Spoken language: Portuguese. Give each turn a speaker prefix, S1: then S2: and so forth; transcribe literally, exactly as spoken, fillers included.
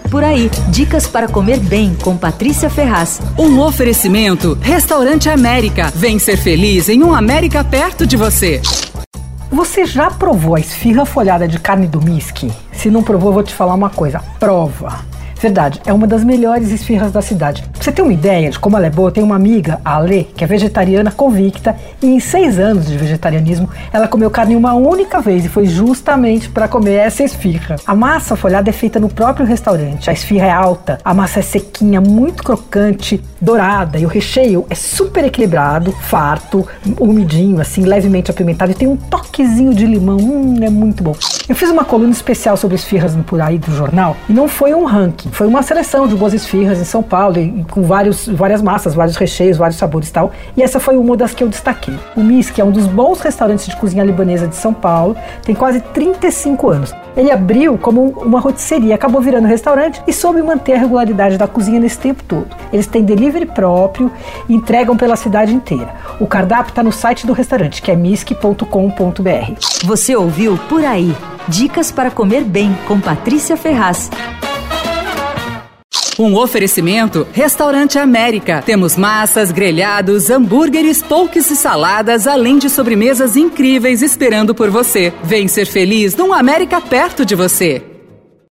S1: Por Aí, dicas para comer bem com Patrícia Ferraz.
S2: Um oferecimento, Restaurante América. Vem ser feliz em um América perto de você.
S3: Você já provou a esfirra folhada de carne do Miski? Se não provou, eu vou te falar uma coisa. Prova! Verdade, é uma das melhores esfirras da cidade. Pra você ter uma ideia de como ela é boa, eu tenho uma amiga, a Alê, que é vegetariana convicta, e em seis anos de vegetarianismo, ela comeu carne uma única vez e foi justamente para comer essa esfirra. A massa folhada é feita no próprio restaurante, a esfirra é alta, a massa é sequinha, muito crocante, dourada, e o recheio é super equilibrado, farto, umidinho, assim, levemente apimentado, e tem um toquezinho de limão, hum, é muito bom. Eu fiz uma coluna especial sobre esfirras no Por Aí do jornal, e não foi um ranking, foi uma seleção de boas esfirras em São Paulo, e, e com vários, várias massas, vários recheios, vários sabores e tal, e essa foi uma das que eu destaquei. O Miski é um dos bons restaurantes de cozinha libanesa de São Paulo, tem quase trinta e cinco anos. Ele abriu como uma rotisseria, acabou virando restaurante e soube manter a regularidade da cozinha nesse tempo todo. Eles têm delivery próprio e entregam pela cidade inteira. O cardápio está no site do restaurante, que é miski ponto com ponto b r.
S1: Você ouviu Por Aí, dicas para comer bem com Patrícia Ferraz.
S2: Um oferecimento, Restaurante América. Temos massas, grelhados, hambúrgueres, poutes e saladas, além de sobremesas incríveis esperando por você. Vem ser feliz num América perto de você.